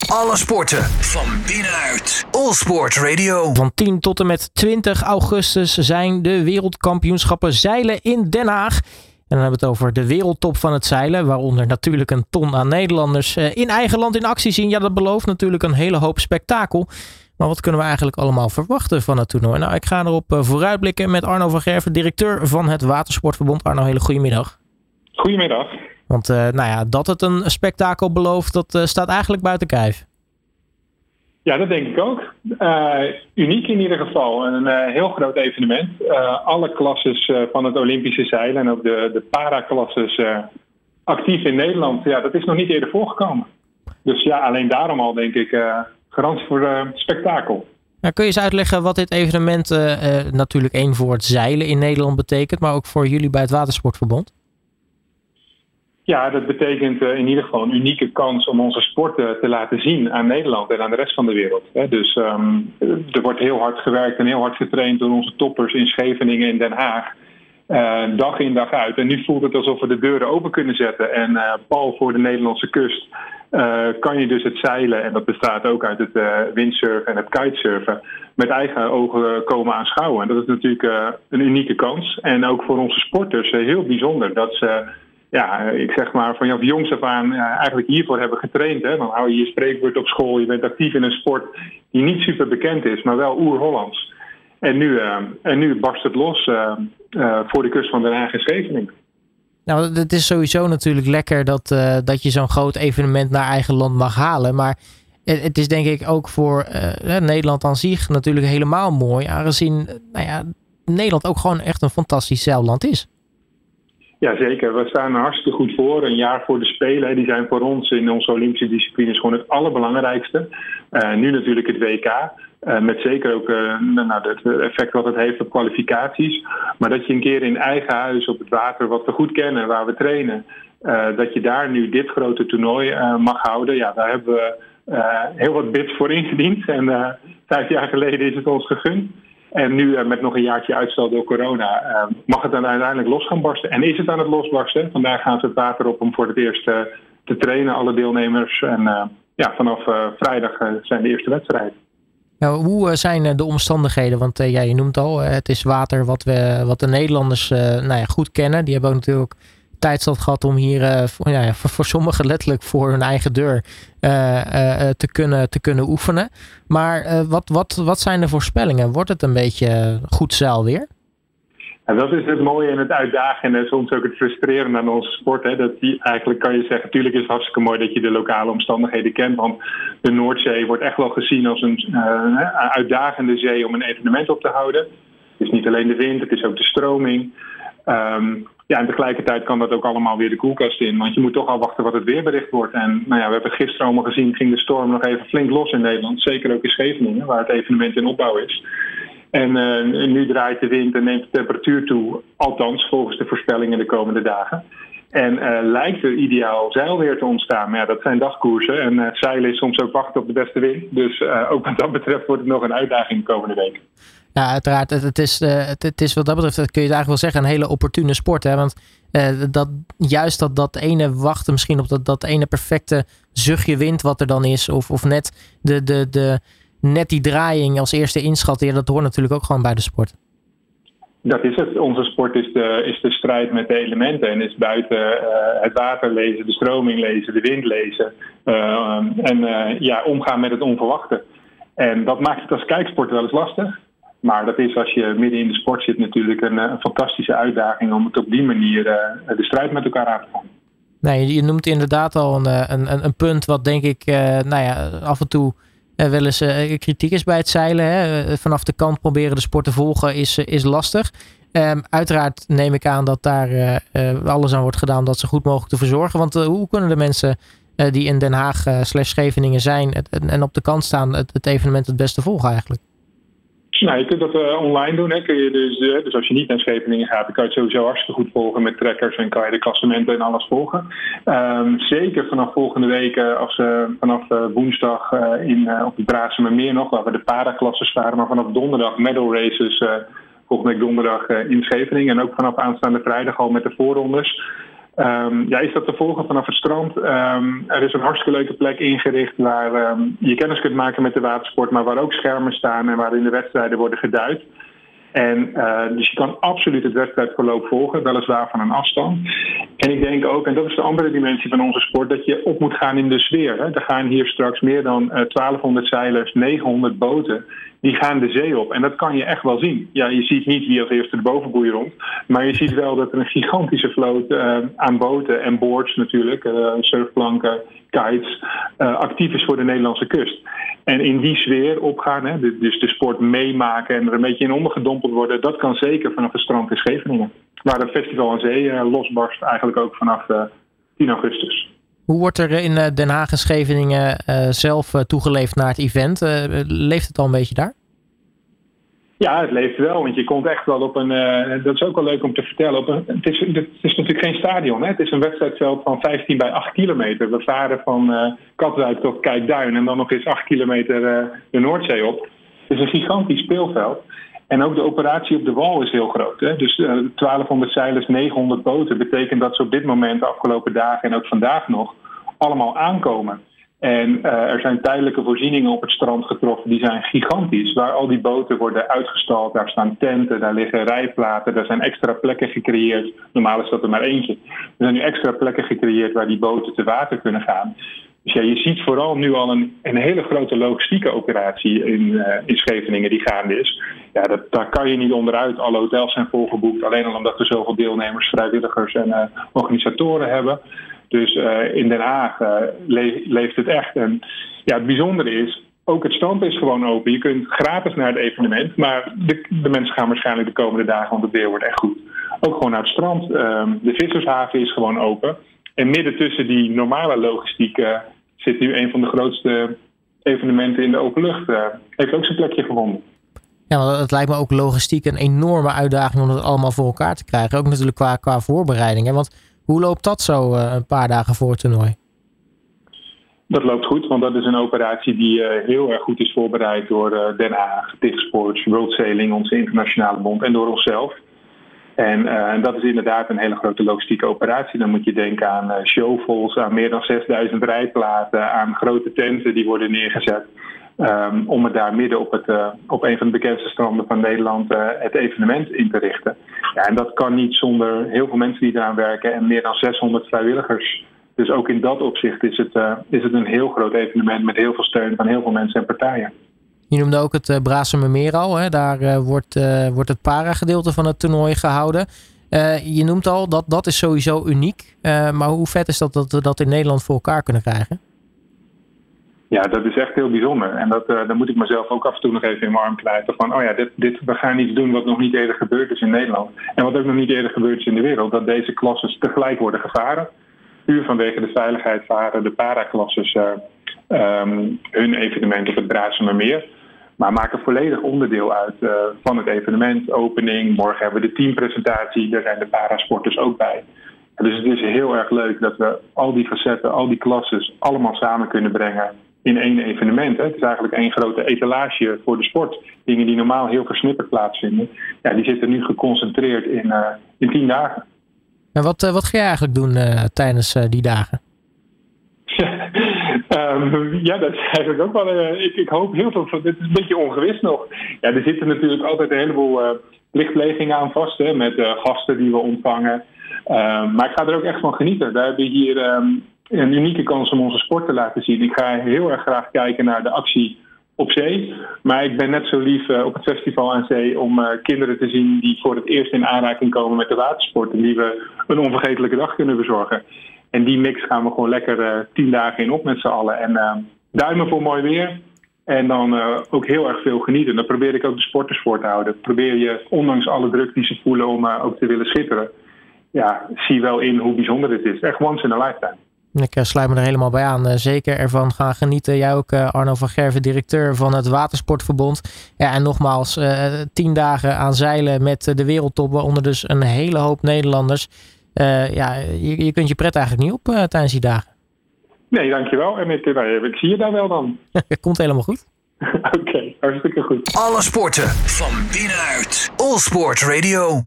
Alle sporten van binnenuit. All Sport Radio. Van 10 tot en met 20 augustus zijn de wereldkampioenschappen zeilen in Den Haag. En dan hebben we het over de wereldtop van het zeilen. Waaronder natuurlijk een ton aan Nederlanders in eigen land in actie zien. Ja, dat belooft natuurlijk een hele hoop spektakel. Maar wat kunnen we eigenlijk allemaal verwachten van het toernooi? Nou, ik ga erop vooruitblikken met Arno van Gerven, directeur van het Watersportverbond. Arno, hele goedemiddag. Goedemiddag. Want dat het een spektakel belooft, dat staat eigenlijk buiten kijf. Ja, dat denk ik ook. Uniek in ieder geval. Een heel groot evenement. Alle klasses van het Olympische zeilen en ook de para-klasses actief in Nederland. Ja, dat is nog niet eerder voorgekomen. Dus ja, alleen daarom al denk ik garantie voor spektakel. Nou, kun je eens uitleggen wat dit evenement natuurlijk één voor het zeilen in Nederland betekent, maar ook voor jullie bij het Watersportverbond? Ja, dat betekent in ieder geval een unieke kans om onze sporten te laten zien aan Nederland en aan de rest van de wereld. Dus er wordt heel hard gewerkt en heel hard getraind door onze toppers in Scheveningen en Den Haag. Dag in dag uit. En nu voelt het alsof we de deuren open kunnen zetten. En pal voor de Nederlandse kust kan je dus het zeilen, en dat bestaat ook uit het windsurfen en het kitesurfen, met eigen ogen komen aanschouwen. En dat is natuurlijk een unieke kans. En ook voor onze sporters heel bijzonder dat ze, ja, ik zeg maar van jongs af aan eigenlijk hiervoor hebben getraind. Hè? Dan hou je je spreekwoord op school. Je bent actief in een sport die niet super bekend is, maar wel oer-Hollands. En nu barst het los voor de kust van Den Haag en Scheveningen. Nou, het is sowieso natuurlijk lekker dat je zo'n groot evenement naar eigen land mag halen. Maar het is denk ik ook voor Nederland aan zich natuurlijk helemaal mooi. Aangezien Nederland ook gewoon echt een fantastisch zeilland is. Ja, zeker. We staan er hartstikke goed voor. Een jaar voor de Spelen. Die zijn voor ons in onze Olympische disciplines gewoon het allerbelangrijkste. Nu natuurlijk het WK. Met zeker ook het effect wat het heeft op kwalificaties. Maar dat je een keer in eigen huis op het water, wat we goed kennen, waar we trainen, dat je daar nu dit grote toernooi mag houden. Ja, daar hebben we heel wat bits voor ingediend. En 5 jaar geleden is het ons gegund. En nu met nog een jaartje uitstel door corona mag het dan uiteindelijk los gaan barsten. En is het aan het losbarsten? Vandaag gaan ze het water op om voor het eerst te trainen, alle deelnemers. En vanaf vrijdag zijn de eerste wedstrijden. Nou, hoe zijn de omstandigheden? Want je noemt al, het is water wat de Nederlanders goed kennen. Die hebben ook natuurlijk tijdstad gehad om hier voor sommigen letterlijk voor hun eigen deur te kunnen oefenen. Maar wat zijn de voorspellingen? Wordt het een beetje goed zeilweer? Ja, dat is het mooie en het uitdagende en soms ook het frustrerende aan onze sport. Hè? Dat eigenlijk kan je zeggen, natuurlijk is het hartstikke mooi dat je de lokale omstandigheden kent. Want de Noordzee wordt echt wel gezien als een uitdagende zee om een evenement op te houden. Het is niet alleen de wind, het is ook de stroming. En tegelijkertijd kan dat ook allemaal weer de koelkast in. Want je moet toch al wachten wat het weerbericht wordt. En we hebben gisteren allemaal gezien, ging de storm nog even flink los in Nederland. Zeker ook in Scheveningen, waar het evenement in opbouw is. En nu draait de wind en neemt de temperatuur toe. Althans, volgens de voorspellingen de komende dagen. En lijkt er ideaal zeilweer te ontstaan. Maar ja, dat zijn dagkoersen. En zeilen is soms ook wachten op de beste wind. Dus ook wat dat betreft wordt het nog een uitdaging de komende week. Ja, uiteraard. Het is wat dat betreft, dat kun je eigenlijk wel zeggen, een hele opportune sport. Hè? Want dat ene wachten misschien op dat ene perfecte zuchtje wind wat er dan is. Of net net die draaiing als eerste inschatten. Dat hoort natuurlijk ook gewoon bij de sport. Dat is het. Onze sport is de strijd met de elementen. En is buiten het water lezen, de stroming lezen, de wind lezen. Omgaan met het onverwachte. En dat maakt het als kijksport wel eens lastig. Maar dat is, als je midden in de sport zit, natuurlijk een fantastische uitdaging om het op die manier de strijd met elkaar aan te gaan. Nee, je noemt inderdaad al een punt wat denk ik af en toe wel eens kritiek is bij het zeilen. Hè? Vanaf de kant proberen de sport te volgen is lastig. Uiteraard neem ik aan dat daar alles aan wordt gedaan om dat zo goed mogelijk te verzorgen. Want hoe kunnen de mensen die in Den Haag /Scheveningen zijn en op de kant staan het evenement het beste volgen eigenlijk? Nou, je kunt dat online doen. Hè. Kun je dus als je niet naar Scheveningen gaat, dan kan je het sowieso hartstikke goed volgen met trackers en kan je de klassementen en alles volgen. Zeker vanaf volgende week, vanaf woensdag op het Braatsemermeer nog, waar we de paraklasses varen, maar vanaf donderdag medal races, volgende week donderdag in Scheveningen en ook vanaf aanstaande vrijdag al met de voorrondes. Is dat te volgen vanaf het strand? Er is een hartstikke leuke plek ingericht waar je kennis kunt maken met de watersport, maar waar ook schermen staan en waarin de wedstrijden worden geduid. En dus je kan absoluut het wedstrijdverloop volgen, weliswaar van een afstand. En ik denk ook, en dat is de andere dimensie van onze sport, dat je op moet gaan in de sfeer. Hè. Er gaan hier straks meer dan 1200 zeilers, 900 boten, die gaan de zee op. En dat kan je echt wel zien. Ja, je ziet niet wie als eerste de bovenboei rond, maar je ziet wel dat er een gigantische vloot aan boten en boards natuurlijk, surfplanken, kites, actief is voor de Nederlandse kust. En in die sfeer opgaan, hè, dus de sport meemaken en er een beetje in ondergedompeld worden, dat kan zeker vanaf het strand in Scheveningen. Waar het Festival aan Zee losbarst eigenlijk ook vanaf 10 augustus. Hoe wordt er in Den Haag en Scheveningen zelf toegeleefd naar het event? Leeft het al een beetje daar? Ja, het leeft wel, want je komt echt wel op een... dat is ook wel leuk om te vertellen. Het is natuurlijk geen stadion, hè? Het is een wedstrijdveld van 15 bij 8 kilometer. We varen van Katwijk tot Kijkduin en dan nog eens 8 kilometer de Noordzee op. Het is een gigantisch speelveld. En ook de operatie op de wal is heel groot. Hè? Dus 1200 zeilers, 900 boten betekent dat ze op dit moment, de afgelopen dagen en ook vandaag nog, allemaal aankomen. En er zijn tijdelijke voorzieningen op het strand getroffen, die zijn gigantisch. Waar al die boten worden uitgestald, daar staan tenten, daar liggen rijplaten, daar zijn extra plekken gecreëerd. Normaal is dat er maar eentje. Er zijn nu extra plekken gecreëerd waar die boten te water kunnen gaan. Dus ja, je ziet vooral nu al een hele grote logistieke operatie in Scheveningen die gaande is. Ja, daar kan je niet onderuit. Alle hotels zijn volgeboekt, alleen al omdat we zoveel deelnemers, vrijwilligers en organisatoren hebben. Dus in Den Haag leeft het echt. En ja, het bijzondere is, ook het strand is gewoon open. Je kunt gratis naar het evenement, maar de mensen gaan waarschijnlijk de komende dagen, want het weer wordt echt goed, ook gewoon naar het strand. De vissershaven is gewoon open. En midden tussen die normale logistiek zit nu een van de grootste evenementen in de open lucht. Heeft ook zijn plekje gevonden. Ja, het lijkt me ook logistiek een enorme uitdaging om het allemaal voor elkaar te krijgen. Ook natuurlijk qua voorbereidingen. Want hoe loopt dat zo een paar dagen voor het toernooi? Dat loopt goed, want dat is een operatie die heel erg goed is voorbereid door Den Haag, Dichtsports, World Sailing, onze internationale bond en door onszelf. En dat is inderdaad een hele grote logistieke operatie. Dan moet je denken aan showfalls, aan meer dan 6000 rijplaten, aan grote tenten die worden neergezet. Om het daar midden op een van de bekendste stranden van Nederland het evenement in te richten. Ja, en dat kan niet zonder heel veel mensen die eraan werken en meer dan 600 vrijwilligers. Dus ook in dat opzicht is het een heel groot evenement met heel veel steun van heel veel mensen en partijen. Je noemde ook het Brazemermeer al. Hè? Daar wordt het para-gedeelte van het toernooi gehouden. Je noemt al, dat is sowieso uniek. Maar hoe vet is dat we dat in Nederland voor elkaar kunnen krijgen? Ja, dat is echt heel bijzonder. En dan moet ik mezelf ook af en toe nog even in mijn arm knijpen. Van, we gaan iets doen wat nog niet eerder gebeurd is in Nederland. En wat ook nog niet eerder gebeurd is in de wereld. Dat deze klasses tegelijk worden gevaren. Puur vanwege de veiligheid varen de para-klasses hun evenement op het Brazemermeer. Maar maken volledig onderdeel uit van het evenement. Opening, morgen hebben we de teampresentatie. Daar zijn de parasporters ook bij. En dus het is heel erg leuk dat we al die facetten, al die klasses allemaal samen kunnen brengen in één evenement. Hè. Het is eigenlijk één grote etalage voor de sport. Dingen die normaal heel versnipperd plaatsvinden. Ja, die zitten nu geconcentreerd in 10 dagen. En wat ga je eigenlijk doen tijdens die dagen? Ja, dat is eigenlijk ook wel... Ik hoop heel veel... Dit is een beetje ongewis nog. Ja, er zitten natuurlijk altijd een heleboel plichtplegingen aan vast. Hè, met gasten die we ontvangen. Maar ik ga er ook echt van genieten. We hebben hier een unieke kans om onze sport te laten zien. Ik ga heel erg graag kijken naar de actie op zee. Maar ik ben net zo lief op het Festival aan Zee om kinderen te zien die voor het eerst in aanraking komen met de watersport. En die we een onvergetelijke dag kunnen bezorgen. En die mix gaan we gewoon lekker 10 dagen in op met z'n allen. En duimen voor mooi weer. En dan ook heel erg veel genieten. Dan probeer ik ook de sporters voor te houden. Probeer je, ondanks alle druk die ze voelen om ook te willen schitteren. Ja, zie wel in hoe bijzonder dit is. Echt once in a lifetime. Ik sluit me er helemaal bij aan. Zeker ervan gaan genieten. Jij ook, Arno van Gerven, directeur van het Watersportverbond. Ja, en nogmaals, 10 dagen aan zeilen met de wereldtop. Waaronder dus een hele hoop Nederlanders. Je kunt je pret eigenlijk niet op tijdens die dagen. Nee, dankjewel. En ik zie je daar wel dan. Komt helemaal goed. Oké, hartstikke goed. Alle sporten van binnenuit. All Sport Radio.